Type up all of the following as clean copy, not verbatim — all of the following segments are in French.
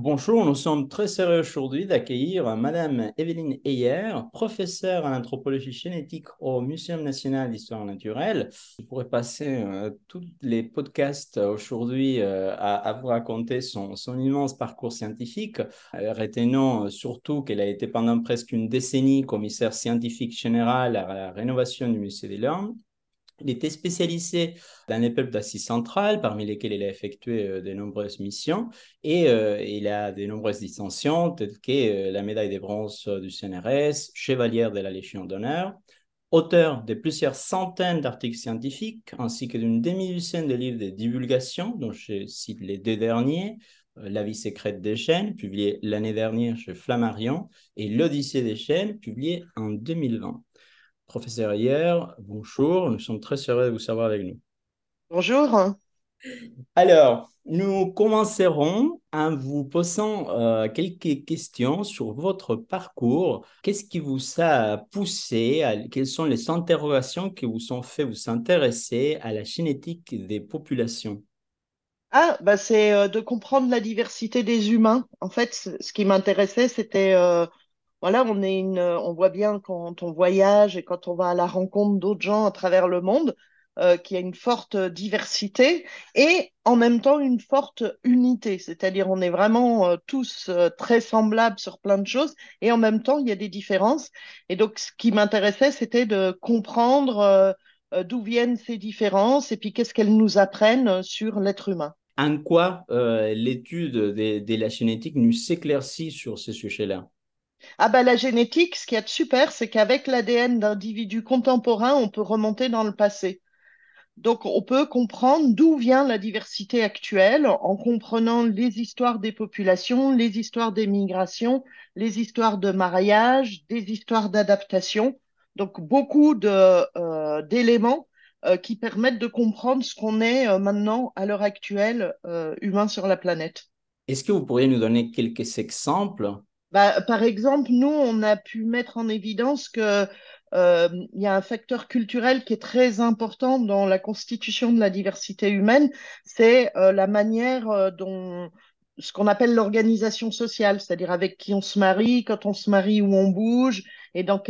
Bonjour, nous sommes très heureux aujourd'hui d'accueillir Madame Evelyne Heyer, professeure en anthropologie génétique au Muséum national d'histoire naturelle. Je pourrais passer tous les podcasts aujourd'hui à vous raconter son immense parcours scientifique. Retenons surtout qu'elle a été pendant presque une décennie commissaire scientifique général à la rénovation du musée des Landes. Il était spécialisé dans les peuples d'Asie centrale, parmi lesquels il a effectué de nombreuses missions, et il a de nombreuses distinctions, telles que la médaille de bronze du CNRS, chevalière de la Légion d'honneur, auteur de plusieurs centaines d'articles scientifiques, ainsi que d'une demi-douzaine de livres de divulgation, dont je cite les deux derniers, La vie secrète des chênes, publié l'année dernière chez Flammarion, et L'Odyssée des chênes, publié en 2020. Professeur Hier, bonjour, nous sommes très heureux de vous savoir avec nous. Bonjour. Alors, nous commencerons en vous posant quelques questions sur votre parcours. Qu'est-ce qui vous a poussé, quelles sont les interrogations qui vous ont fait vous intéresser à la génétique des populations? C'est de comprendre la diversité des humains. En fait, ce qui m'intéressait, c'était, voilà, on voit bien quand on voyage et quand on va à la rencontre d'autres gens à travers le monde, qu'il y a une forte diversité et en même temps une forte unité. C'est-à-dire, on est vraiment tous très semblables sur plein de choses et en même temps, il y a des différences. Et donc, ce qui m'intéressait, c'était de comprendre d'où viennent ces différences et puis qu'est-ce qu'elles nous apprennent sur l'être humain. En quoi l'étude de la génétique nous s'éclaircit sur ce sujet-là? La génétique, ce qu'il y a de super, c'est qu'avec l'ADN d'individus contemporains, on peut remonter dans le passé. Donc, on peut comprendre d'où vient la diversité actuelle en comprenant les histoires des populations, les histoires des migrations, les histoires de mariage, des histoires d'adaptation. Donc, beaucoup d'éléments qui permettent de comprendre ce qu'on est maintenant, à l'heure actuelle, humain sur la planète. Est-ce que vous pourriez nous donner quelques exemples? Par exemple, nous, on a pu mettre en évidence que il y a un facteur culturel qui est très important dans la constitution de la diversité humaine, c'est la manière dont ce qu'on appelle l'organisation sociale, c'est-à-dire avec qui on se marie, quand on se marie, où on bouge, et dans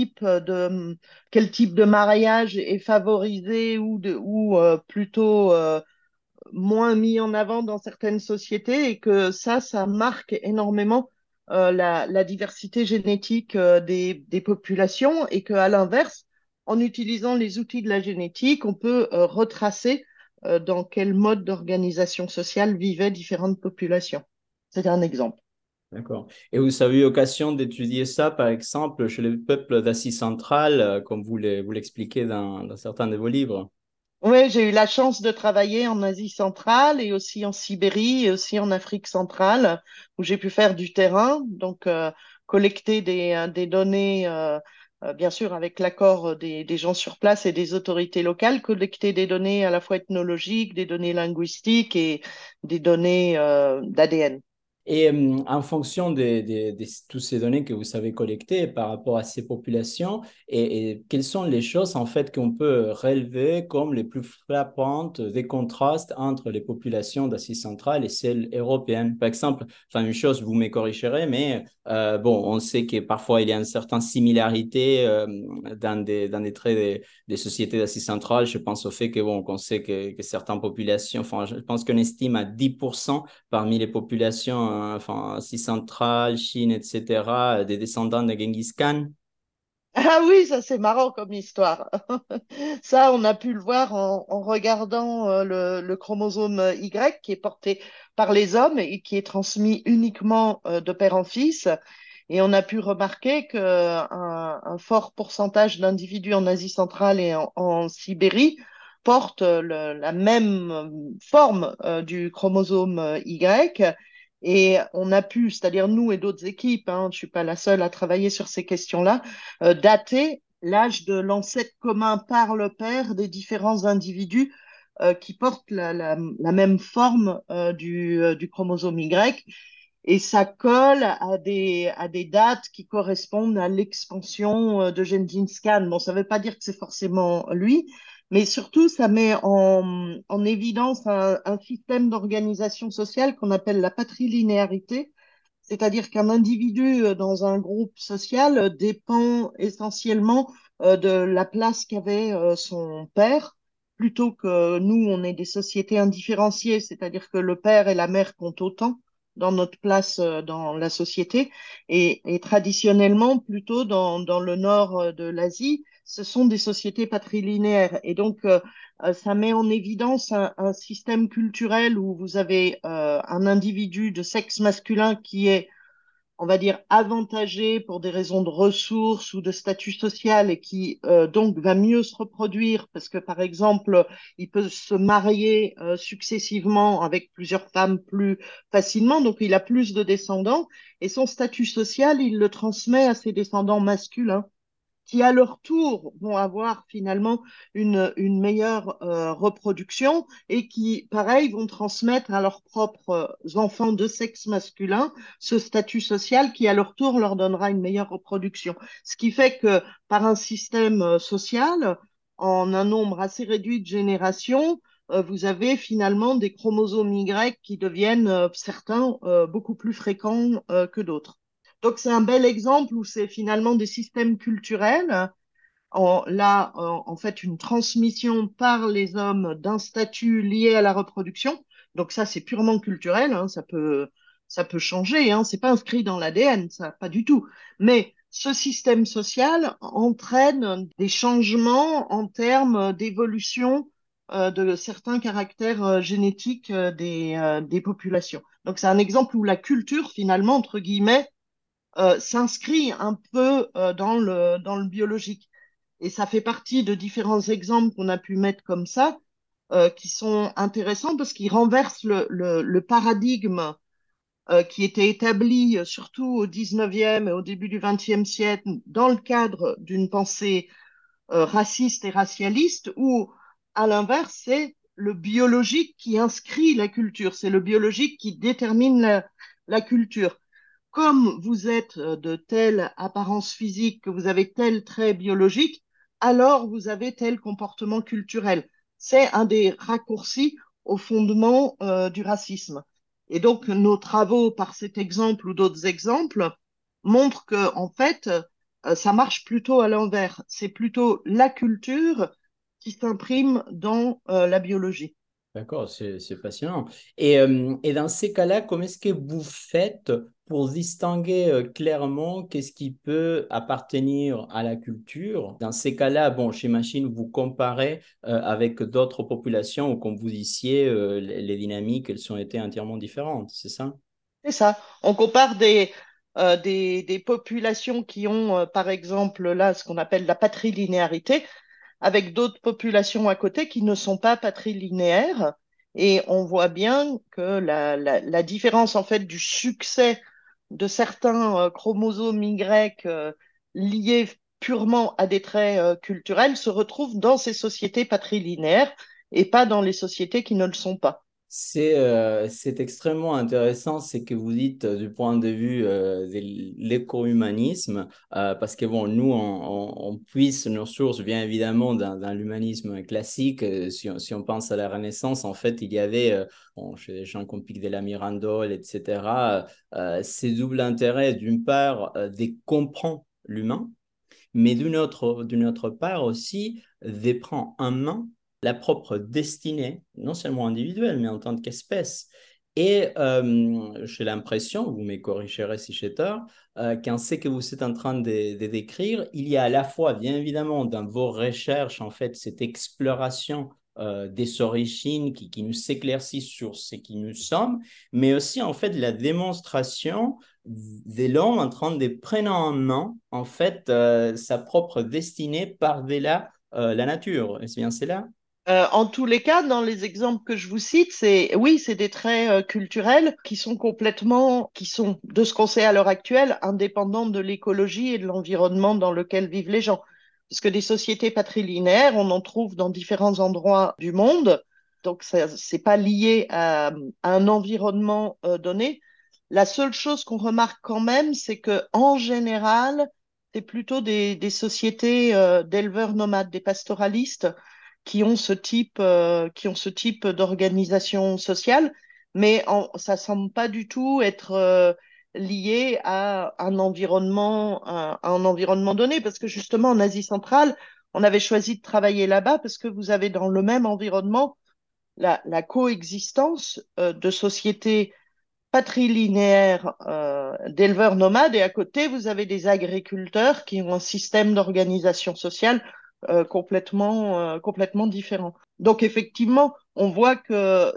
quel type de mariage est favorisé ou plutôt moins mis en avant dans certaines sociétés et que ça marque énormément la diversité génétique des populations et qu'à l'inverse, en utilisant les outils de la génétique, on peut retracer dans quel mode d'organisation sociale vivaient différentes populations. C'est un exemple. D'accord. Et vous avez eu l'occasion d'étudier ça, par exemple, chez les peuples d'Asie centrale, comme vous l'expliquez dans certains de vos livres? Oui, j'ai eu la chance de travailler en Asie centrale et aussi en Sibérie et aussi en Afrique centrale, où j'ai pu faire du terrain, donc collecter des données, bien sûr avec l'accord des gens sur place et des autorités locales, collecter des données à la fois ethnologiques, des données linguistiques et des données d'ADN. Et en fonction de toutes ces données que vous savez collecter par rapport à ces populations, et quelles sont les choses en fait qu'on peut relever comme les plus frappantes des contrastes entre les populations d'Asie centrale et celles européennes? Par exemple, enfin une chose, vous me corrigerez, mais bon, on sait que parfois il y a une certaine similarité dans des traits des sociétés d'Asie centrale. Je pense au fait que bon, qu'on sait que certaines populations, enfin, je pense qu'on estime à 10% parmi les populations, enfin, Asie centrale, Chine, etc., des descendants de Genghis Khan. Ah oui, ça c'est marrant comme histoire. Ça, on a pu le voir en regardant le chromosome Y qui est porté par les hommes et qui est transmis uniquement de père en fils. Et on a pu remarquer un fort pourcentage d'individus en Asie centrale et en Sibérie portent la même forme du chromosome Y. Et on a pu, c'est-à-dire nous et d'autres équipes, hein, je ne suis pas la seule à travailler sur ces questions-là, dater l'âge de l'ancêtre commun par le père des différents individus qui portent la même forme du chromosome Y. Et ça colle à des dates qui correspondent à l'expansion de Gengis Khan. Bon, ça ne veut pas dire que c'est forcément lui, Mais surtout, ça met en évidence un système d'organisation sociale qu'on appelle la patrilinéarité, c'est-à-dire qu'un individu dans un groupe social dépend essentiellement de la place qu'avait son père, plutôt que nous, on est des sociétés indifférenciées, c'est-à-dire que le père et la mère comptent autant dans notre place dans la société. Et traditionnellement, plutôt dans le nord de l'Asie, ce sont des sociétés patrilinéaires. Et donc, ça met en évidence un système culturel où vous avez un individu de sexe masculin qui est, on va dire, avantagé pour des raisons de ressources ou de statut social et qui donc va mieux se reproduire parce que, par exemple, il peut se marier successivement avec plusieurs femmes plus facilement, donc il a plus de descendants et son statut social, il le transmet à ses descendants masculins qui à leur tour vont avoir finalement une meilleure reproduction et qui, pareil, vont transmettre à leurs propres enfants de sexe masculin ce statut social qui, à leur tour, leur donnera une meilleure reproduction. Ce qui fait que par un système social, en un nombre assez réduit de générations, vous avez finalement des chromosomes Y qui deviennent certains beaucoup plus fréquents que d'autres. Donc, c'est un bel exemple où c'est finalement des systèmes culturels, en fait, une transmission par les hommes d'un statut lié à la reproduction. Donc, ça, c'est purement culturel, hein, ça peut changer, hein, c'est pas inscrit dans l'ADN, ça, pas du tout. Mais ce système social entraîne des changements en termes d'évolution de certains caractères génétiques des populations. Donc, c'est un exemple où la culture, finalement, entre guillemets, s'inscrit un peu dans le biologique. Et ça fait partie de différents exemples qu'on a pu mettre comme ça, qui sont intéressants parce qu'ils renversent le paradigme qui était établi surtout au 19e et au début du 20e siècle dans le cadre d'une pensée raciste et racialiste, où, à l'inverse, c'est le biologique qui inscrit la culture, c'est le biologique qui détermine la culture. Comme vous êtes de telle apparence physique, que vous avez tel trait biologique, alors vous avez tel comportement culturel. C'est un des raccourcis au fondement du racisme. Et donc, nos travaux, par cet exemple ou d'autres exemples, montrent que, en fait, ça marche plutôt à l'envers. C'est plutôt la culture qui s'imprime dans la biologie. D'accord, c'est passionnant. Et dans ces cas-là, comment est-ce que vous faites pour distinguer clairement qu'est-ce qui peut appartenir à la culture? Dans ces cas-là, bon, chez Machine, vous comparez avec d'autres populations où, comme vous disiez, les dynamiques, elles ont été entièrement différentes, c'est ça? C'est ça. On compare des populations qui ont, par exemple, là, ce qu'on appelle la patrilinéarité, avec d'autres populations à côté qui ne sont pas patrilinéaires. Et on voit bien que la différence, en fait, du succès de certains chromosomes Y liés purement à des traits culturels se retrouve dans ces sociétés patrilinéaires et pas dans les sociétés qui ne le sont pas. C'est extrêmement intéressant ce que vous dites du point de vue de l'éco-humanisme, parce que bon, nous, on puise nos sources bien évidemment dans l'humanisme classique. Si on pense à la Renaissance, en fait, il y avait, bon, chez les gens comme Pic de la Mirandole, etc., ces doubles intérêts, d'une part, de comprendre l'humain, mais d'une autre part aussi, de prendre en main la propre destinée, non seulement individuelle, mais en tant qu'espèce. Et j'ai l'impression, vous me corrigerez si j'ai tort, qu'en ce que vous êtes en train de décrire, il y a à la fois, bien évidemment, dans vos recherches, en fait, cette exploration des origines qui nous éclaircit sur ce qui nous sommes, mais aussi, en fait, la démonstration de l'homme en train de prendre en main, en fait, sa propre destinée par-delà la nature. Est-ce bien c'est là? En tous les cas, dans les exemples que je vous cite, c'est oui, c'est des traits culturels qui sont complètement, qui sont, de ce qu'on sait à l'heure actuelle, indépendants de l'écologie et de l'environnement dans lequel vivent les gens. Parce que des sociétés patrilinéaires, on en trouve dans différents endroits du monde, donc ça, c'est pas lié à un environnement donné. La seule chose qu'on remarque quand même, c'est que en général, c'est plutôt des sociétés d'éleveurs nomades, des pastoralistes qui ont ce type d'organisation sociale, mais ça semble pas du tout être lié à un environnement donné, parce que justement en Asie centrale, on avait choisi de travailler là-bas parce que vous avez dans le même environnement la coexistence de sociétés patrilinéaires d'éleveurs nomades et à côté, vous avez des agriculteurs qui ont un système d'organisation sociale complètement différent. Donc effectivement, on voit que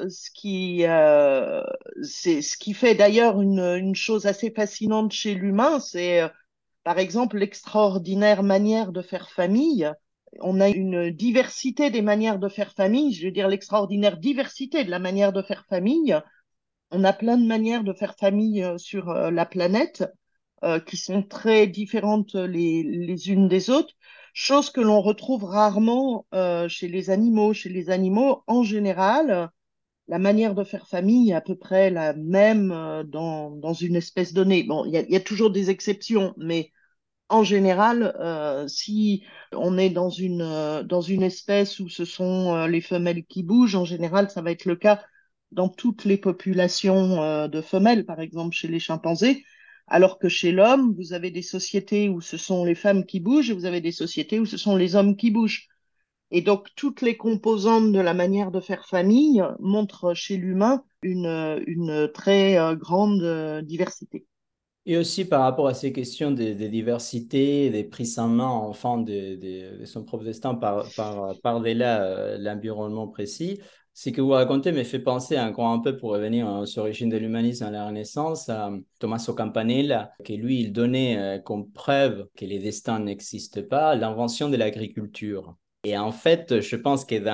c'est ce qui fait d'ailleurs une chose assez fascinante chez l'humain, c'est par exemple l'extraordinaire manière de faire famille. On a une diversité des manières de faire famille, je veux dire l'extraordinaire diversité de la manière de faire famille. On a plein de manières de faire famille sur la planète qui sont très différentes les unes des autres, chose que l'on retrouve rarement chez les animaux. Chez les animaux, en général, la manière de faire famille est à peu près la même dans une espèce donnée. Bon, il y a toujours des exceptions, mais en général, si on est dans une espèce où ce sont les femelles qui bougent, en général, ça va être le cas dans toutes les populations de femelles, par exemple chez les chimpanzés, alors que chez l'homme, vous avez des sociétés où ce sont les femmes qui bougent et vous avez des sociétés où ce sont les hommes qui bougent. Et donc, toutes les composantes de la manière de faire famille montrent chez l'humain une très grande diversité. Et aussi par rapport à ces questions de diversité, des prises en main enfant de son propre destin par-delà l'environnement précis, ce que vous racontez me fait penser encore un peu, pour revenir aux origines de l'humanisme à la Renaissance, à Tommaso Campanella, que lui, il donnait comme preuve que les destins n'existent pas, l'invention de l'agriculture. Et en fait, je pense que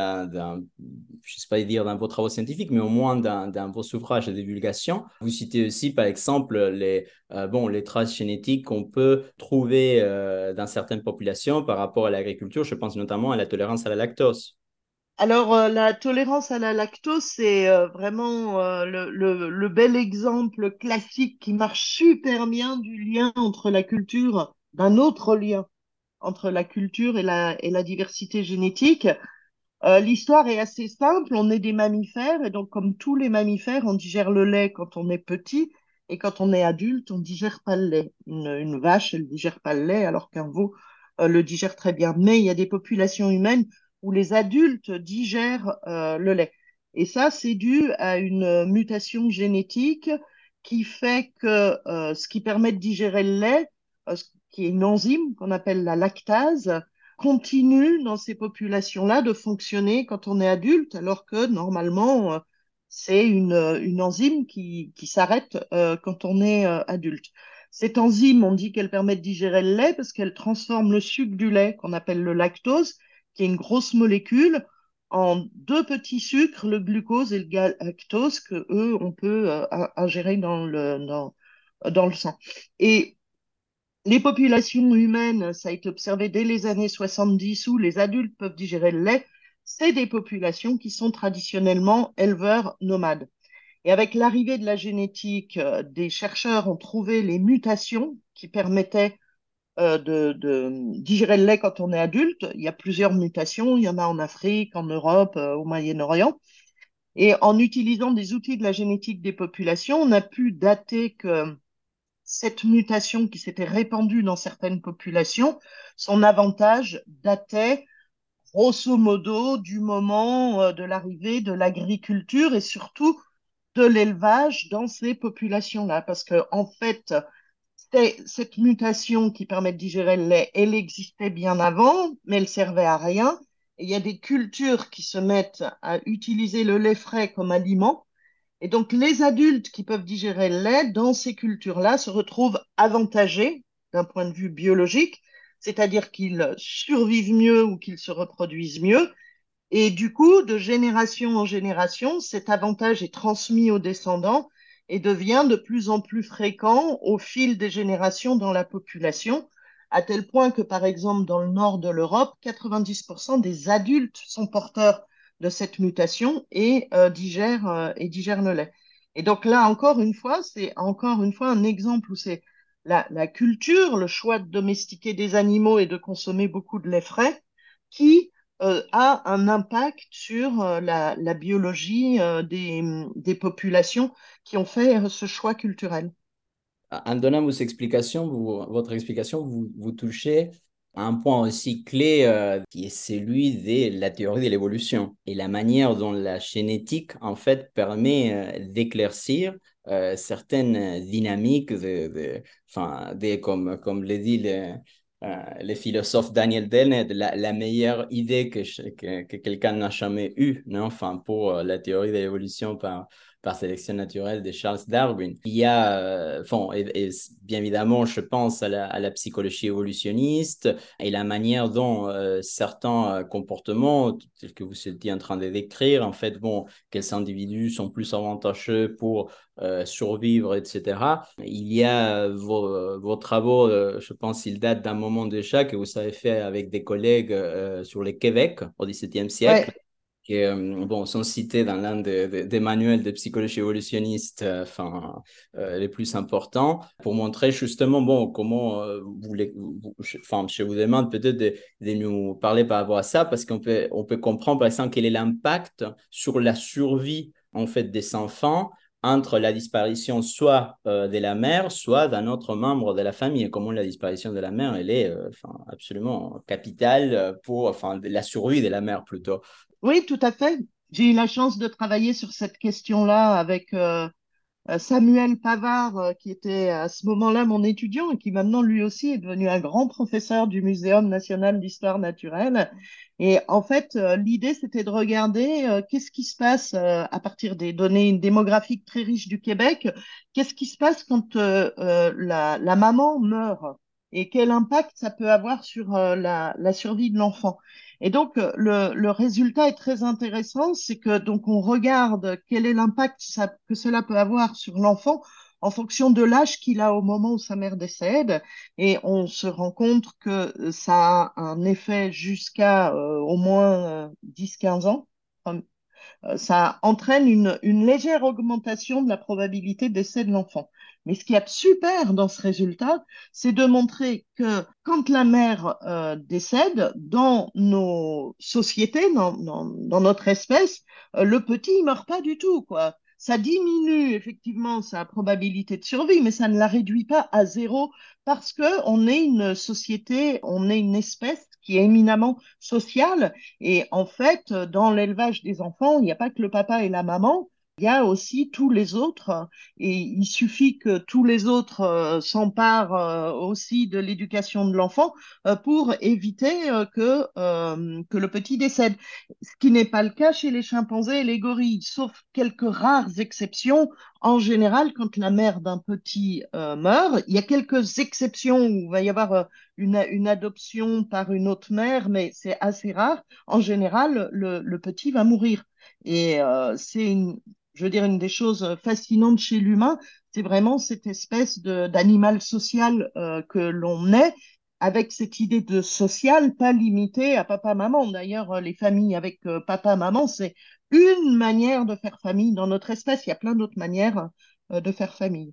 je ne sais pas dire dans vos travaux scientifiques, mais au moins dans vos ouvrages de divulgation, vous citez aussi, par exemple, les traces génétiques qu'on peut trouver dans certaines populations par rapport à l'agriculture. Je pense notamment à la tolérance à la lactose. Alors, la tolérance à la lactose, c'est vraiment le bel exemple classique qui marche super bien du lien entre la culture, d'un autre lien entre la culture et la diversité génétique. L'histoire est assez simple, on est des mammifères et donc comme tous les mammifères, on digère le lait quand on est petit et quand on est adulte, on digère pas le lait. Une vache, elle digère pas le lait alors qu'un veau le digère très bien. Mais il y a des populations humaines où les adultes digèrent le lait. Et ça, c'est dû à une mutation génétique qui fait que ce qui permet de digérer le lait, qui est une enzyme qu'on appelle la lactase, continue dans ces populations-là de fonctionner quand on est adulte, alors que normalement, c'est une enzyme qui s'arrête quand on est adulte. Cette enzyme, on dit qu'elle permet de digérer le lait parce qu'elle transforme le sucre du lait, qu'on appelle le lactose, qui est une grosse molécule, en deux petits sucres, le glucose et le galactose, que eux, on peut ingérer dans le sang. Et les populations humaines, ça a été observé dès les années 70 où les adultes peuvent digérer le lait, c'est des populations qui sont traditionnellement éleveurs nomades. Et avec l'arrivée de la génétique, des chercheurs ont trouvé les mutations qui permettaient de digérer le lait quand on est adulte. Il y a plusieurs mutations, il y en a en Afrique, en Europe, au Moyen-Orient. Et en utilisant des outils de la génétique des populations, on a pu dater que cette mutation qui s'était répandue dans certaines populations, son avantage datait grosso modo du moment de l'arrivée de l'agriculture et surtout de l'élevage dans ces populations-là. Parce que, en fait, cette mutation qui permet de digérer le lait, elle existait bien avant, mais elle servait à rien. Et il y a des cultures qui se mettent à utiliser le lait frais comme aliment et donc, les adultes qui peuvent digérer le lait dans ces cultures-là se retrouvent avantagés d'un point de vue biologique, c'est-à-dire qu'ils survivent mieux ou qu'ils se reproduisent mieux. Et du coup, de génération en génération, cet avantage est transmis aux descendants et devient de plus en plus fréquent au fil des générations dans la population, à tel point que, par exemple, dans le nord de l'Europe, 90% des adultes sont porteurs de cette mutation et digèrent le lait. Et donc là, encore une fois, c'est encore une fois un exemple où c'est la culture, le choix de domestiquer des animaux et de consommer beaucoup de lait frais qui a un impact sur la biologie des populations qui ont fait ce choix culturel. En donnant votre explication, vous touchez à un point aussi clé qui est celui de la théorie de l'évolution et la manière dont la génétique, en fait, permet d'éclaircir certaines dynamiques, comme le dit le philosophe Daniel Dennett, la meilleure idée que quelqu'un n'a jamais eue, non? Enfin, pour la théorie de l'évolution par sélection naturelle de Charles Darwin. Il y a, et bien évidemment, je pense à la psychologie évolutionniste et la manière dont certains comportements, tels que vous étiez en train de décrire, en fait, bon, quels individus sont plus avantageux pour survivre, etc. Il y a vos travaux, je pense, ils datent d'un moment déjà que vous avez fait avec des collègues sur le Québec au XVIIe siècle Ouais, qui bon, sont cités dans l'un des manuels de psychologie évolutionniste les plus importants pour montrer justement bon, comment je vous demande peut-être de nous parler par rapport à ça parce on peut comprendre par exemple quel est l'impact sur la survie en fait des enfants entre la disparition soit de la mère, soit d'un autre membre de la famille. Comment la disparition de la mère, elle est absolument capitale pour la survie de la mère plutôt. oui, tout à fait. J'ai eu la chance de travailler sur cette question-là avec Samuel Pavard, qui était à ce moment-là mon étudiant et qui maintenant lui aussi est devenu un grand professeur du Muséum national d'histoire naturelle. Et en fait, l'idée, c'était de regarder qu'est-ce qui se passe à partir des données démographiques très riches du Québec, qu'est-ce qui se passe quand la maman meurt et quel impact ça peut avoir sur la survie de l'enfant. Et donc, le résultat est très intéressant, c'est que donc on regarde quel est l'impact que cela peut avoir sur l'enfant en fonction de l'âge qu'il a au moment où sa mère décède, et on se rend compte que ça a un effet jusqu'à au moins 10-15 ans. Enfin, ça entraîne une légère augmentation de la probabilité de décès de l'enfant. Mais ce qui est super dans ce résultat, c'est de montrer que quand la mère décède, dans nos sociétés, dans notre espèce, le petit ne meurt pas du tout, quoi. Ça diminue effectivement sa probabilité de survie, mais ça ne la réduit pas à zéro parce que on est une société, on est une espèce qui est éminemment sociale et en fait, dans l'élevage des enfants, il n'y a pas que le papa et la maman, il y a aussi tous les autres. Et il suffit que tous les autres s'emparent aussi de l'éducation de l'enfant pour éviter que le petit décède. Ce qui n'est pas le cas chez les chimpanzés et les gorilles, sauf quelques rares exceptions. En général, quand la mère d'un petit meurt, il y a quelques exceptions où il va y avoir une adoption par une autre mère, mais c'est assez rare. En général, le petit va mourir. Et je veux dire, une des choses fascinantes chez l'humain, c'est vraiment cette espèce d'animal social que l'on est, avec cette idée de social, pas limitée à papa-maman. D'ailleurs, les familles avec papa-maman, c'est une manière de faire famille. Dans notre espèce, il y a plein d'autres manières de faire famille.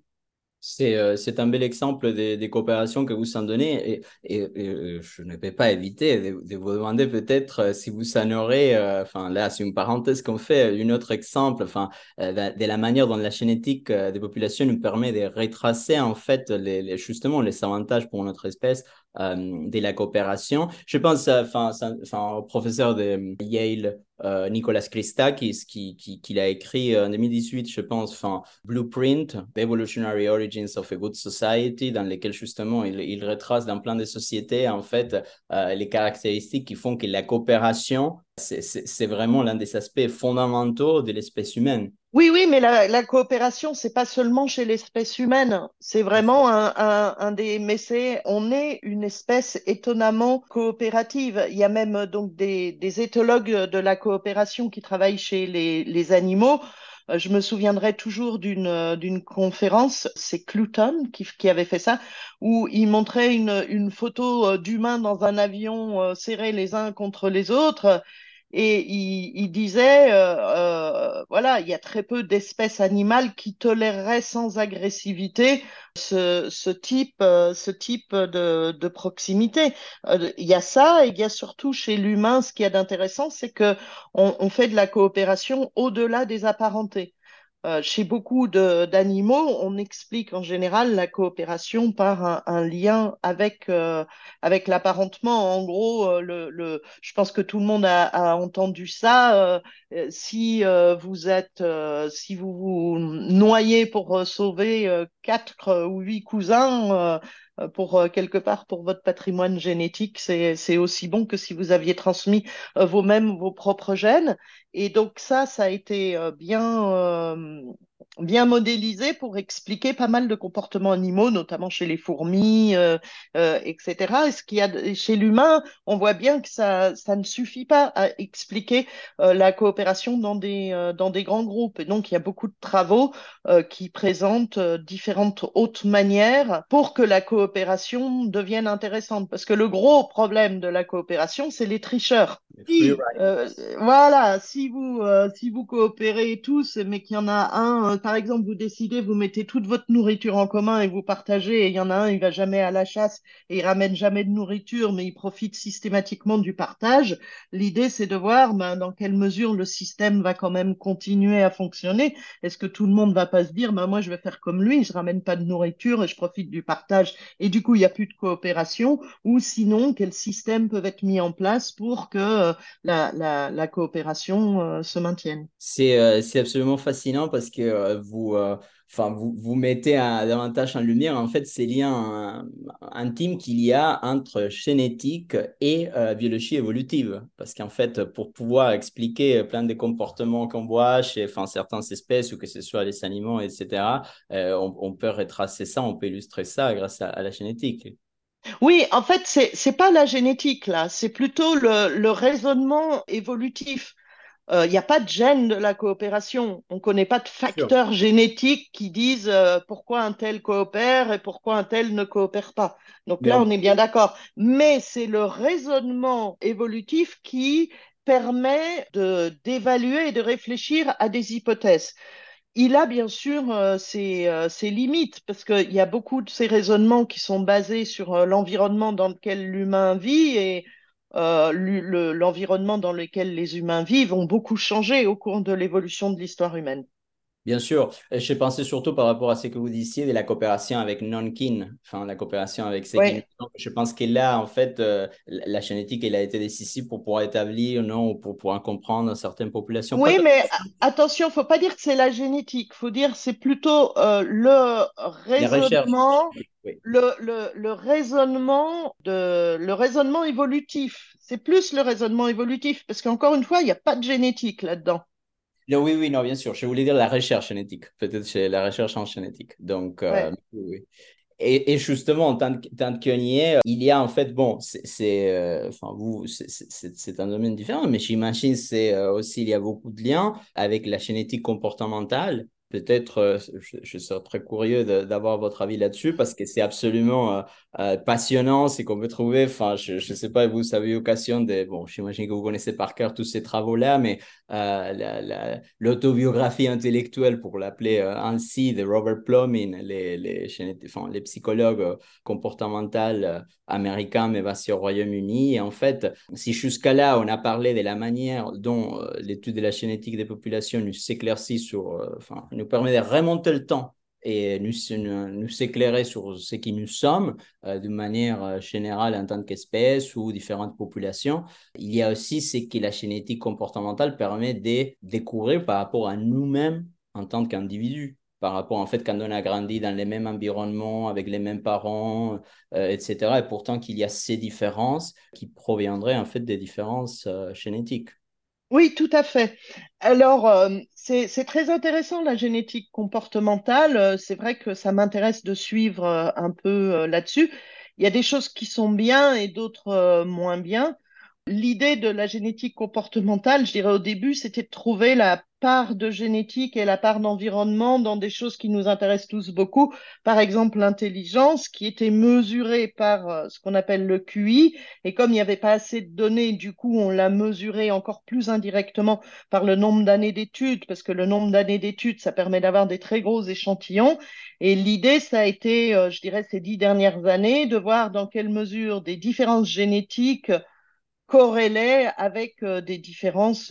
C'est un bel exemple des coopérations que vous en donnez et je ne peux pas éviter de vous demander peut-être si vous en aurez, là c'est une parenthèse qu'on fait, un autre exemple, de la manière dont la génétique des populations nous permet de retracer en fait justement les avantages pour notre espèce de la coopération. Je pense au professeur de Yale, Nicolas Christakis, qui l'a écrit en 2018, je pense, Blueprint, The Evolutionary Origins of a Good Society, dans lequel justement il retrace dans plein de sociétés, en fait, les caractéristiques qui font que la coopération, c'est vraiment l'un des aspects fondamentaux de l'espèce humaine. Oui, oui, mais la coopération, c'est pas seulement chez l'espèce humaine, c'est vraiment un des. Mais on est une espèce étonnamment coopérative. Il y a même donc des éthologues de la coopération qui travaillent chez les animaux. Je me souviendrai toujours d'une conférence, c'est Cluton qui avait fait ça, où il montrait une photo d'humains dans un avion serrés les uns contre les autres. et il disait, voilà, il y a très peu d'espèces animales qui toléreraient sans agressivité ce type de proximité. Il y a ça, et il y a surtout chez l'humain, ce qu'il y a d'intéressant, c'est que on fait de la coopération au-delà des apparentés. Chez beaucoup d'animaux, on explique en général la coopération par un lien avec l'apparentement. En gros, je pense que tout le monde a entendu ça. Si vous vous noyez pour sauver quatre ou huit cousins, pour quelque part pour votre patrimoine génétique, c'est aussi bon que si vous aviez transmis vous-même vos propres gènes. Et donc ça a été bien modélisé pour expliquer pas mal de comportements animaux, notamment chez les fourmis, etc. Et ce qu'il y a chez l'humain, on voit bien que ça ne suffit pas à expliquer la coopération dans des grands groupes. Et donc, il y a beaucoup de travaux qui présentent différentes autres manières pour que la coopération devienne intéressante. Parce que le gros problème de la coopération, c'est les tricheurs. Les free Si, riders. voilà, si vous coopérez tous, mais qu'il y en a un, par exemple, vous décidez, vous mettez toute votre nourriture en commun et vous partagez, et il y en a un, il va jamais à la chasse et il ramène jamais de nourriture, mais il profite systématiquement du partage. L'idée, c'est de voir ben, dans quelle mesure le système va quand même continuer à fonctionner. Est-ce que tout le monde va pas se dire, ben, moi, je vais faire comme lui, je ramène pas de nourriture et je profite du partage, et du coup, il n'y a plus de coopération, ou sinon, quels systèmes peuvent être mis en place pour que la coopération se maintienne. C'est absolument fascinant parce que vous mettez davantage en lumière en fait ces liens intimes qu'il y a entre génétique et biologie évolutive. Parce qu'en fait, pour pouvoir expliquer plein de comportements qu'on voit chez certaines espèces ou que ce soit les animaux, etc., on peut retracer ça, on peut illustrer ça grâce à la génétique. Oui, en fait, c'est pas la génétique là, c'est plutôt le raisonnement évolutif. Il n'y a pas de gène de la coopération. On ne connaît pas de Sûr. facteurs génétiques qui disent pourquoi un tel coopère et pourquoi un tel ne coopère pas. Donc Mais là, on est bien d'accord. Mais c'est le raisonnement évolutif qui permet d'évaluer et de réfléchir à des hypothèses. Il a bien sûr ses limites, parce qu'il y a beaucoup de ces raisonnements qui sont basés sur l'environnement dans lequel l'humain vit, et l'environnement dans lequel les humains vivent ont beaucoup changé au cours de l'évolution de l'histoire humaine. bien sûr, je pensais surtout par rapport à ce que vous disiez de la coopération avec non-kin, la coopération avec ceux qui nous Ouais. sont. Je pense que là, en fait, la génétique, elle a été décisive pour pouvoir établir, non, ou pour pouvoir comprendre certaines populations. Pas Oui, comme mais attention, faut pas dire que c'est la génétique, faut dire c'est plutôt les recherches. Oui. le raisonnement évolutif. C'est plus le raisonnement évolutif, parce qu'encore une fois, il n'y a pas de génétique là-dedans. Non, oui, oui, non, bien sûr. Je voulais dire la recherche génétique, peut-être chez la recherche en génétique. Donc, Ouais. oui, oui. Et justement, tant qu'on y est, il y a en fait, bon, c'est un domaine différent, mais j'imagine c'est aussi, il y a beaucoup de liens avec la génétique comportementale. Peut-être, je serais très curieux d'avoir votre avis là-dessus parce que c'est absolument passionnant, c'est qu'on peut trouver, je ne sais pas, vous avez eu l'occasion de, bon, j'imagine que vous connaissez par cœur tous ces travaux-là, mais l'autobiographie intellectuelle, pour l'appeler ainsi, de Robert Plumbin, les psychologues comportementaux américains, mais basés au Royaume-Uni. Et en fait, si jusqu'à là, on a parlé de la manière dont l'étude de la génétique des populations nous s'éclaircit nous permet de remonter le temps et nous éclairer sur ce qui nous sommes de manière générale en tant qu'espèce ou différentes populations. Il y a aussi ce que la génétique comportementale permet de découvrir par rapport à nous-mêmes en tant qu'individus. Par rapport, en fait, quand on a grandi dans les mêmes environnements, avec les mêmes parents, etc. Et pourtant qu'il y a ces différences qui proviendraient, en fait, des différences génétiques. Oui, tout à fait. Alors, c'est très intéressant la génétique comportementale. C'est vrai que ça m'intéresse de suivre un peu là-dessus. Il y a des choses qui sont bien et d'autres moins bien. L'idée de la génétique comportementale, je dirais au début, c'était de trouver la part de génétique et la part d'environnement dans des choses qui nous intéressent tous beaucoup. Par exemple, l'intelligence qui était mesurée par ce qu'on appelle le QI. Et comme il n'y avait pas assez de données, du coup, on l'a mesurée encore plus indirectement par le nombre d'années d'études, parce que le nombre d'années d'études, ça permet d'avoir des très gros échantillons. Et l'idée, ça a été, je dirais, ces 10 dernières années, de voir dans quelle mesure des différences génétiques corrélaient avec des différences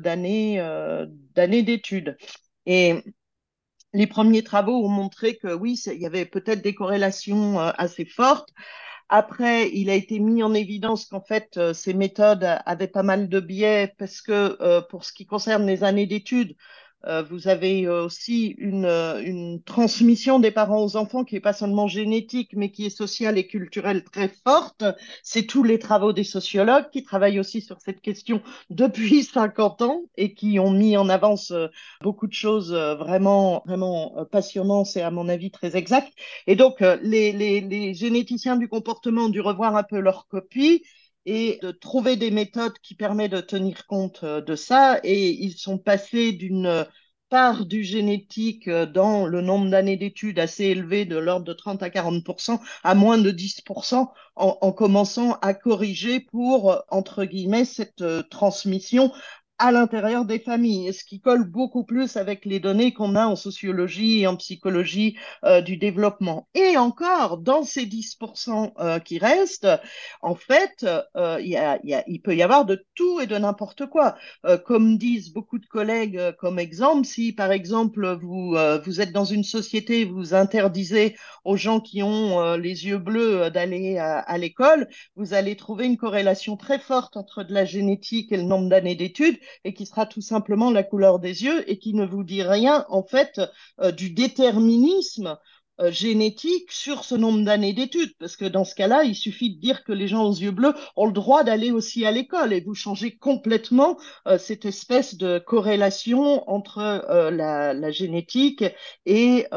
d'années d'études. Et les premiers travaux ont montré que oui, il y avait peut-être des corrélations assez fortes. Après, il a été mis en évidence qu'en fait, ces méthodes avaient pas mal de biais parce que pour ce qui concerne les années d'études, vous avez aussi une transmission des parents aux enfants qui n'est pas seulement génétique, mais qui est sociale et culturelle très forte. C'est tous les travaux des sociologues qui travaillent aussi sur cette question depuis 50 ans et qui ont mis en avance beaucoup de choses vraiment, vraiment passionnantes et à mon avis très exactes. Et donc, les généticiens du comportement ont dû revoir un peu leur copie et de trouver des méthodes qui permettent de tenir compte de ça. Et ils sont passés d'une part du génétique dans le nombre d'années d'études assez élevé de l'ordre de 30 à 40% à moins de 10% en commençant à corriger pour, entre guillemets, cette transmission à l'intérieur des familles, ce qui colle beaucoup plus avec les données qu'on a en sociologie et en psychologie du développement. Et encore, dans ces 10% qui restent, en fait, il peut y avoir de tout et de n'importe quoi. Comme disent beaucoup de collègues comme exemple, si par exemple vous êtes dans une société, vous interdisez aux gens qui ont les yeux bleus d'aller à l'école, vous allez trouver une corrélation très forte entre de la génétique et le nombre d'années d'études et qui sera tout simplement la couleur des yeux et qui ne vous dit rien en fait du déterminisme génétique sur ce nombre d'années d'études, parce que dans ce cas-là, il suffit de dire que les gens aux yeux bleus ont le droit d'aller aussi à l'école et vous changez complètement cette espèce de corrélation entre la génétique et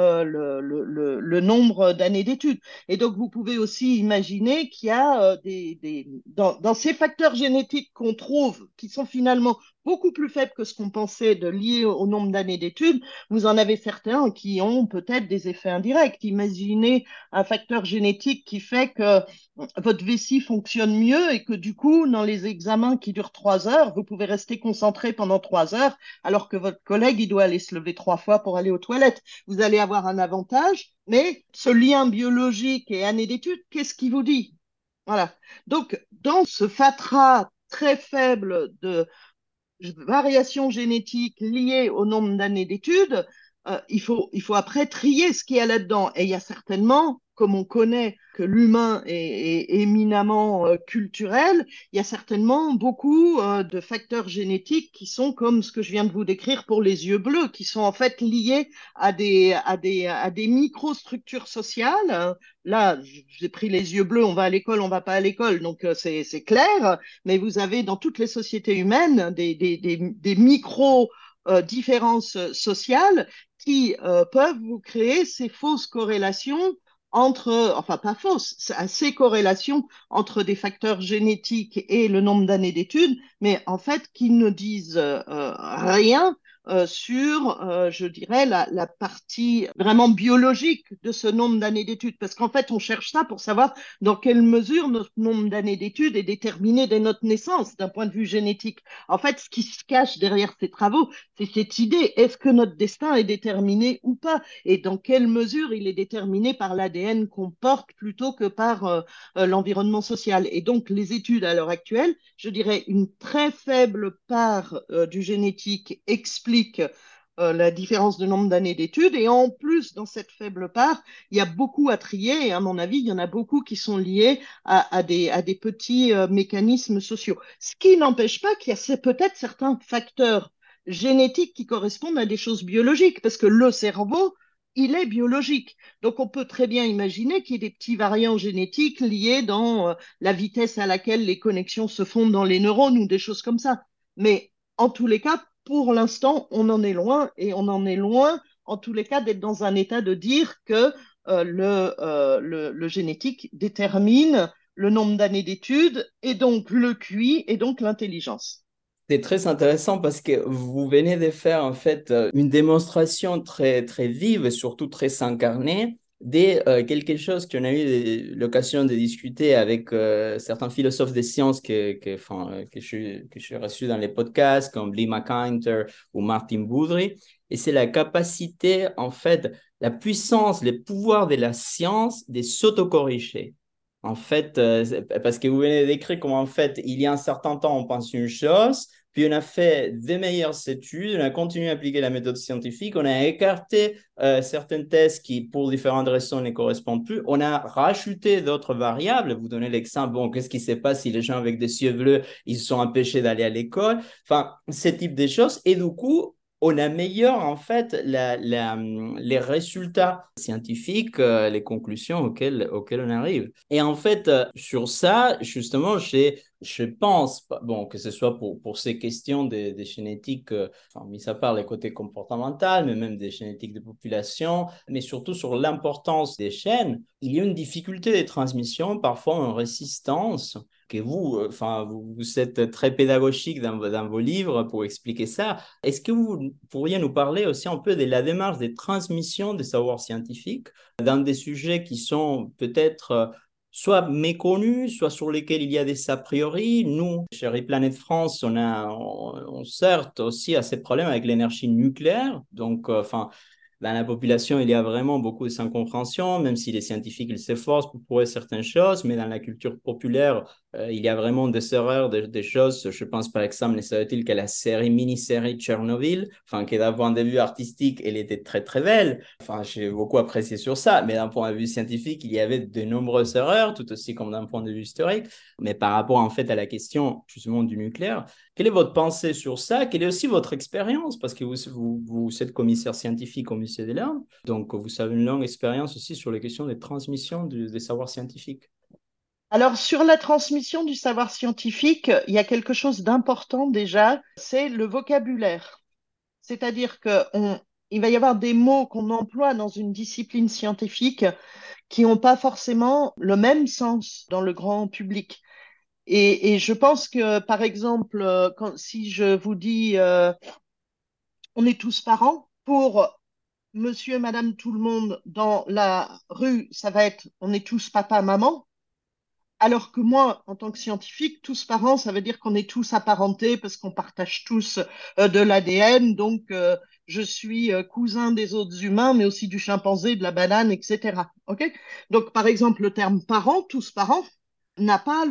le nombre d'années d'études. Et donc, vous pouvez aussi imaginer qu'il y a dans ces facteurs génétiques qu'on trouve, qui sont finalement beaucoup plus faibles que ce qu'on pensait de lier au nombre d'années d'études, vous en avez certains qui ont peut-être des effets indirects. Imaginez un facteur génétique qui fait que votre vessie fonctionne mieux et que du coup, dans les examens qui durent 3 heures, vous pouvez rester concentré pendant 3 heures, alors que votre collègue, il doit aller se lever 3 fois pour aller aux toilettes. Vous allez avoir un avantage, mais ce lien biologique et année d'études, qu'est-ce qui vous dit? Voilà. Donc, dans ce fatras très faible de variations génétiques liées au nombre d'années d'études, il faut après trier ce qu'il y a là-dedans. Et il y a certainement, comme on connaît que l'humain est éminemment culturel, il y a certainement beaucoup de facteurs génétiques qui sont comme ce que je viens de vous décrire pour les yeux bleus, qui sont en fait liés à des microstructures sociales. Là, j'ai pris les yeux bleus, on va à l'école, on va pas à l'école, donc c'est clair, mais vous avez dans toutes les sociétés humaines des micro-différences sociales qui peuvent vous créer ces fausses corrélations entre, enfin pas fausses, ces corrélations entre des facteurs génétiques et le nombre d'années d'études, mais en fait qui ne disent rien sur, je dirais, la partie vraiment biologique de ce nombre d'années d'études. Parce qu'en fait, on cherche ça pour savoir dans quelle mesure notre nombre d'années d'études est déterminé dès notre naissance, d'un point de vue génétique. En fait, ce qui se cache derrière ces travaux, c'est cette idée, est-ce que notre destin est déterminé ou pas? Et dans quelle mesure il est déterminé par l'ADN qu'on porte plutôt que par l'environnement social. Et donc, les études à l'heure actuelle, je dirais une très faible part du génétique explique la différence de nombre d'années d'études. Et en plus, dans cette faible part, il y a beaucoup à trier. Et à mon avis, il y en a beaucoup qui sont liés à des petits mécanismes sociaux. Ce qui n'empêche pas qu'il y a peut-être certains facteurs génétiques qui correspondent à des choses biologiques, parce que le cerveau, il est biologique. Donc, on peut très bien imaginer qu'il y ait des petits variants génétiques liés dans la vitesse à laquelle les connexions se font dans les neurones ou des choses comme ça. Mais en tous les cas, pour l'instant, on en est loin et on en est loin, en tous les cas, d'être dans un état de dire que le génétique détermine le nombre d'années d'études et donc le QI et donc l'intelligence. C'est très intéressant parce que vous venez de faire en fait une démonstration très, très vive et surtout très incarnée de quelque chose qu'on a eu l'occasion de discuter avec certains philosophes des sciences que je reçus dans les podcasts comme Lee McIntyre ou Martin Boudry. Et c'est la capacité, en fait, la puissance, les pouvoirs de la science de s'autocorriger. En fait, parce que vous venez d'écrire comment en fait, il y a un certain temps, on pense une chose, puis on a fait des meilleures études, on a continué à appliquer la méthode scientifique, on a écarté certaines thèses qui, pour différentes raisons, ne correspondent plus. On a rajouté d'autres variables. Vous donnez l'exemple, bon, qu'est-ce qui se passe si les gens avec des yeux bleus, ils sont empêchés d'aller à l'école? Enfin, ce type de choses. Et du coup, on améliore en fait les résultats scientifiques, les conclusions auxquelles on arrive. Et en fait, sur ça, justement, je pense, bon, que ce soit pour ces questions de génétique, enfin, mis à part les côtés comportementaux, mais même des génétiques de population, mais surtout sur l'importance des gènes, il y a une difficulté de transmission, parfois une résistance que vous, enfin, vous êtes très pédagogique dans vos livres pour expliquer ça. Est-ce que vous pourriez nous parler aussi un peu de la démarche de transmission des savoirs scientifiques dans des sujets qui sont peut-être soit méconnus, soit sur lesquels il y a des a priori. Nous, chez Replanet France, on certes aussi à ces problèmes avec l'énergie nucléaire. Donc, enfin, dans la population, il y a vraiment beaucoup de incompréhension, même si les scientifiques ils s'efforcent pour prouver certaines choses, mais dans la culture populaire, il y a vraiment des erreurs, des choses. Je pense par exemple, ne serait-il qu'à la série, mini-série Tchernobyl, enfin, qui d'un point de vue artistique, elle était très très belle. Enfin, j'ai beaucoup apprécié sur ça, mais d'un point de vue scientifique, il y avait de nombreuses erreurs, tout aussi comme d'un point de vue historique. Mais par rapport en fait à la question justement du nucléaire, quelle est votre pensée sur ça? Quelle est aussi votre expérience? Parce que vous êtes commissaire scientifique au Musée des Landes, donc vous avez une longue expérience aussi sur les questions des transmissions des savoirs scientifiques. Alors, sur la transmission du savoir scientifique, il y a quelque chose d'important déjà, c'est le vocabulaire. C'est-à-dire il va y avoir des mots qu'on emploie dans une discipline scientifique qui n'ont pas forcément le même sens dans le grand public. Et je pense que, par exemple, si je vous dis on est tous parents, pour monsieur, madame, tout le monde dans la rue, ça va être on est tous papa, maman. Alors que moi, en tant que scientifique, tous parents, ça veut dire qu'on est tous apparentés parce qu'on partage tous de l'ADN. Donc, je suis cousin des autres humains, mais aussi du chimpanzé, de la banane, etc. OK? Donc, par exemple, le terme parent, tous parents, n'a pas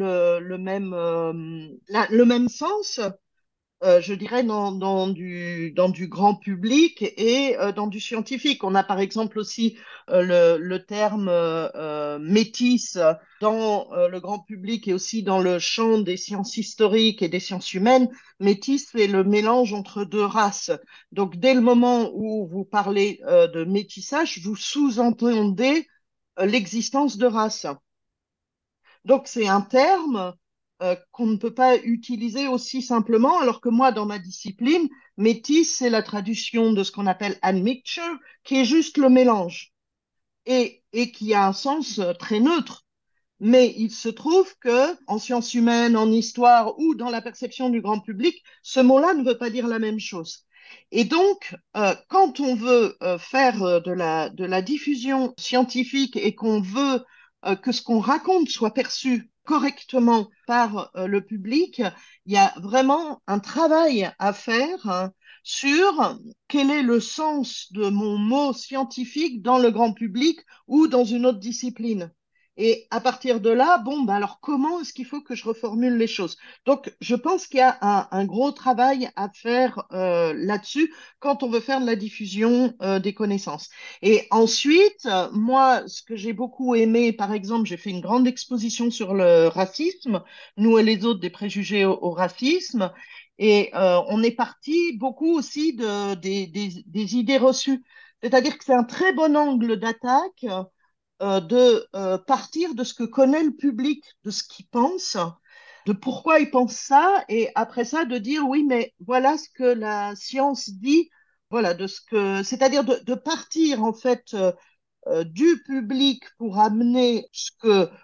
le même sens je dirais, dans du grand public et dans du scientifique. On a par exemple aussi le terme métis dans le grand public et aussi dans le champ des sciences historiques et des sciences humaines. Métis, c'est le mélange entre deux races. Donc, dès le moment où vous parlez de métissage, vous sous-entendez l'existence de races. Donc, c'est un terme qu'on ne peut pas utiliser aussi simplement, alors que moi, dans ma discipline, métis, c'est la traduction de ce qu'on appelle admixture, qui est juste le mélange et qui a un sens très neutre. Mais il se trouve que en sciences humaines, en histoire ou dans la perception du grand public, ce mot-là ne veut pas dire la même chose. Et donc, quand on veut faire de la diffusion scientifique et qu'on veut que ce qu'on raconte soit perçu correctement par le public, il y a vraiment un travail à faire hein, sur quel est le sens de mon mot scientifique dans le grand public ou dans une autre discipline. Et à partir de là, bon, bah alors comment est-ce qu'il faut que je reformule les choses? Donc, je pense qu'il y a un gros travail à faire là-dessus quand on veut faire de la diffusion des connaissances. Et ensuite, moi, ce que j'ai beaucoup aimé, par exemple, j'ai fait une grande exposition sur le racisme, nous et les autres des préjugés au racisme, et on est parti beaucoup aussi des idées reçues. C'est-à-dire que c'est un très bon angle d'attaque de partir de ce que connaît le public, de ce qu'il pense, de pourquoi il pense ça, et après ça de dire oui, mais voilà ce que la science dit, voilà de ce que, c'est-à-dire de partir en fait du public pour amener ce que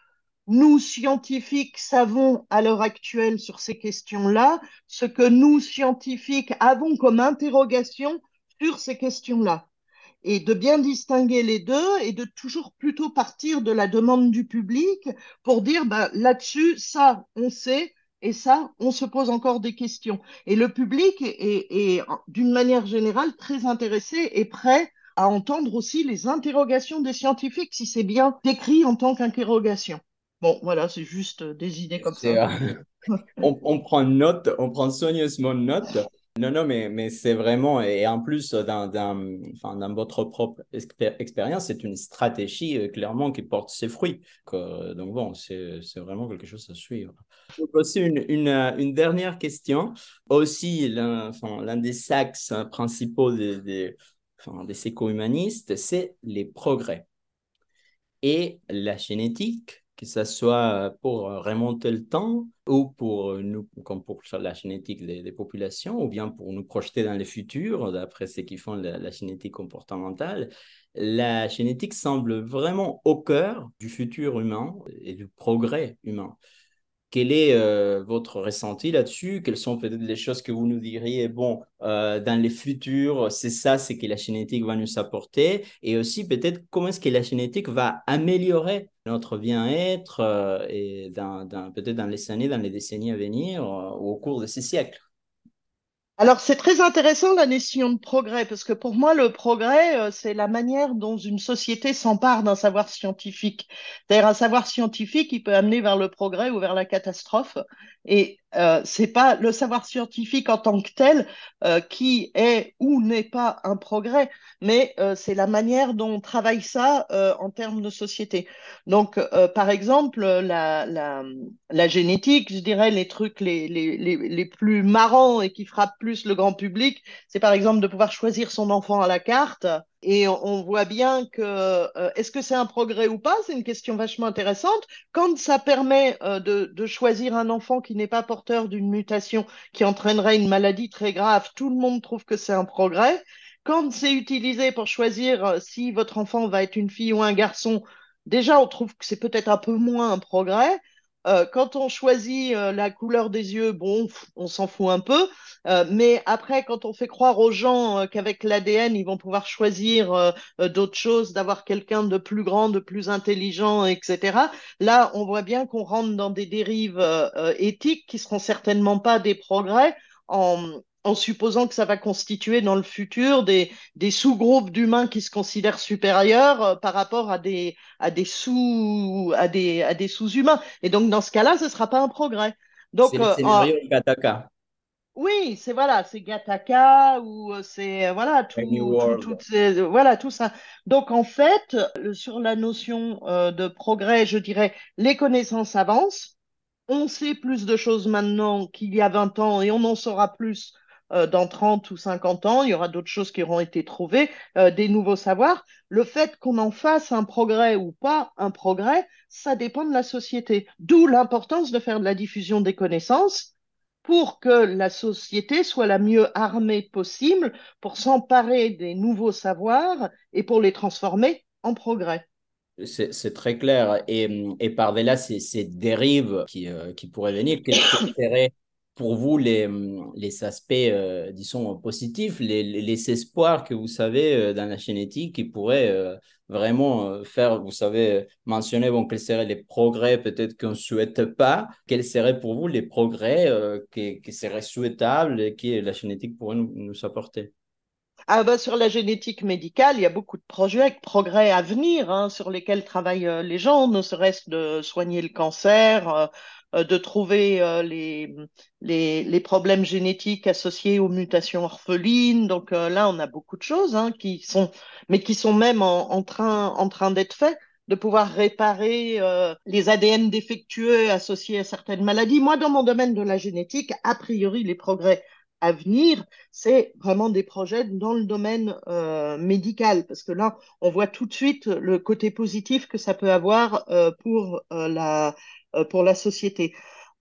nous, scientifiques, savons à l'heure actuelle sur ces questions-là, ce que nous, scientifiques, avons comme interrogation sur ces questions-là. Et de bien distinguer les deux et de toujours plutôt partir de la demande du public pour dire bah, là-dessus, ça, on sait, et ça, on se pose encore des questions. Et le public est d'une manière générale très intéressé et prêt à entendre aussi les interrogations des scientifiques si c'est bien décrit en tant qu'interrogation. Bon, voilà, c'est juste des idées comme C'est, ça. on prend note, on prend soigneusement note. Non, non, mais c'est vraiment, et en plus enfin, dans votre propre expérience, c'est une stratégie clairement qui porte ses fruits. Donc bon, c'est vraiment quelque chose à suivre. Donc aussi une dernière question. Aussi, enfin, l'un des axes principaux enfin, des éco-humanistes, c'est les progrès et la génétique, que ce soit pour remonter le temps ou pour nous, comme pour la génétique des populations, ou bien pour nous projeter dans le futur, d'après ce qui font la génétique comportementale. La génétique semble vraiment au cœur du futur humain et du progrès humain. Quel est votre ressenti là-dessus? Quelles sont peut-être les choses que vous nous diriez, bon, dans les futurs, c'est ça, c'est que la génétique va nous apporter, et aussi peut-être comment est-ce que la génétique va améliorer notre bien-être et peut-être dans les années, dans les décennies à venir ou au cours de ces siècles. Alors, c'est très intéressant la notion de progrès, parce que pour moi, le progrès, c'est la manière dont une société s'empare d'un savoir scientifique. C'est-à-dire, un savoir scientifique, il peut amener vers le progrès ou vers la catastrophe. Et c'est pas le savoir scientifique en tant que tel qui est ou n'est pas un progrès, mais c'est la manière dont on travaille ça en termes de société. Donc, par exemple, la génétique, je dirais, les trucs les plus marrants et qui frappent plus le grand public, c'est par exemple de pouvoir choisir son enfant à la carte. Et on voit bien que, est-ce que c'est un progrès ou pas? C'est une question vachement intéressante. Quand ça permet de choisir un enfant qui n'est pas porteur d'une mutation qui entraînerait une maladie très grave, tout le monde trouve que c'est un progrès. Quand c'est utilisé pour choisir si votre enfant va être une fille ou un garçon, déjà on trouve que c'est peut-être un peu moins un progrès. Quand on choisit la couleur des yeux, bon, on s'en fout un peu. Mais après, quand on fait croire aux gens qu'avec l'ADN, ils vont pouvoir choisir d'autres choses, d'avoir quelqu'un de plus grand, de plus intelligent, etc., là, on voit bien qu'on rentre dans des dérives éthiques qui seront certainement pas des progrès en supposant que ça va constituer dans le futur des sous-groupes d'humains qui se considèrent supérieurs par rapport à des sous-humains. Et donc, dans ce cas-là, ce ne sera pas un progrès. C'est Donc, le scénario Gattaca, oui, c'est voilà, c'est Gattaca ou c'est voilà A New World. voilà tout ça. Donc en fait, sur la notion de progrès, je dirais les connaissances avancent. On sait plus de choses maintenant qu'il y a 20 ans et on en saura plus dans 30 ou 50 ans. Il y aura d'autres choses qui auront été trouvées, des nouveaux savoirs. Le fait qu'on en fasse un progrès ou pas un progrès, ça dépend de la société. D'où l'importance de faire de la diffusion des connaissances pour que la société soit la mieux armée possible pour s'emparer des nouveaux savoirs et pour les transformer en progrès. C'est très clair. Et par-delà ces dérives qui pourraient venir, quels seraient pour vous les aspects, disons, positifs, les espoirs que vous savez dans la génétique qui pourraient vraiment faire, vous savez, mentionner, bon, quels seraient les progrès peut-être qu'on ne souhaite pas, quels seraient pour vous les progrès qui seraient souhaitables et que la génétique pourrait nous apporter? Ah bah, sur la génétique médicale, il y a beaucoup de projets, de progrès à venir hein, sur lesquels travaillent les gens, ne serait-ce de soigner le cancer, de trouver les problèmes génétiques associés aux mutations orphelines. Donc là, on a beaucoup de choses hein, mais qui sont même en train d'être faites, de pouvoir réparer les ADN défectueux associés à certaines maladies. Moi, dans mon domaine de la génétique, a priori, les progrès à venir, c'est vraiment des projets dans le domaine médical, parce que là, on voit tout de suite le côté positif que ça peut avoir pour la société.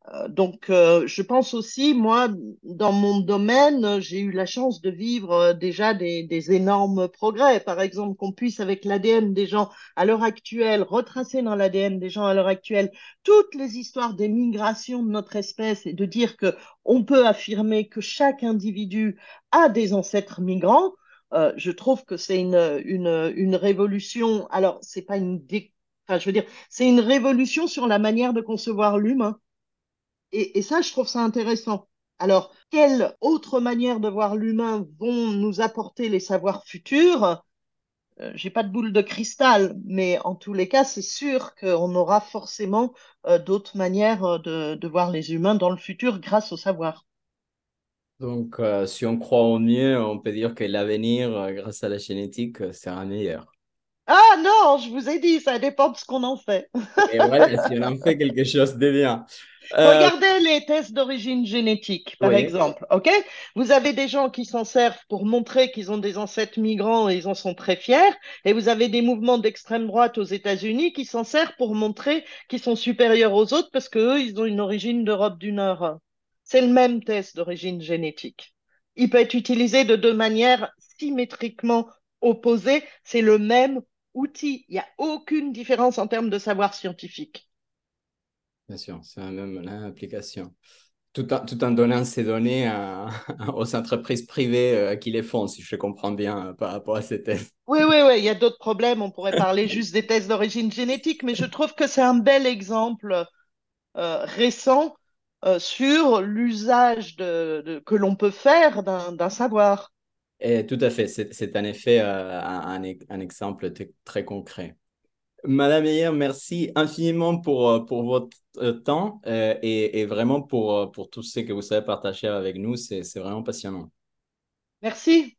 Je pense aussi, moi, dans mon domaine, j'ai eu la chance de vivre déjà des énormes progrès. Par exemple, qu'on puisse, avec l'ADN des gens à l'heure actuelle, retracer dans l'ADN des gens à l'heure actuelle toutes les histoires des migrations de notre espèce et de dire que on peut affirmer que chaque individu a des ancêtres migrants. Je trouve que c'est une révolution. Alors, c'est pas enfin, je veux dire, c'est une révolution sur la manière de concevoir l'humain. Et ça, je trouve ça intéressant. Alors, quelle autre manière de voir l'humain vont nous apporter les savoirs futurs? J'ai pas de boule de cristal, mais en tous les cas, c'est sûr qu'on aura forcément d'autres manières de voir les humains dans le futur grâce au savoir. Donc, si on croit au mieux, on peut dire que l'avenir, grâce à la génétique, sera meilleur. Ah non, je vous ai dit, ça dépend de ce qu'on en fait. Et voilà, si on en fait quelque chose de bien. Euh, Regardez les tests d'origine génétique, par oui, exemple, OK? Vous avez des gens qui s'en servent pour montrer qu'ils ont des ancêtres migrants et ils en sont très fiers, et vous avez des mouvements d'extrême droite aux États-Unis qui s'en servent pour montrer qu'ils sont supérieurs aux autres parce qu'eux, ils ont une origine d'Europe du Nord. C'est le même test d'origine génétique. Il peut être utilisé de deux manières symétriquement opposées. C'est le même outil. Il n'y a aucune différence en termes de savoir scientifique. bien sûr, c'est la même application. Tout en donnant ces données aux entreprises privées qui les font, si je comprends bien, par rapport à ces tests. Oui, oui, oui, il y a d'autres problèmes. On pourrait parler juste des tests d'origine génétique, mais je trouve que c'est un bel exemple récent sur l'usage que l'on peut faire d'un savoir. Et tout à fait, c'est en effet un exemple très concret. Madame Meyer, merci infiniment pour votre temps et vraiment pour tout ce que vous savez partager avec nous. C'est vraiment passionnant. Merci.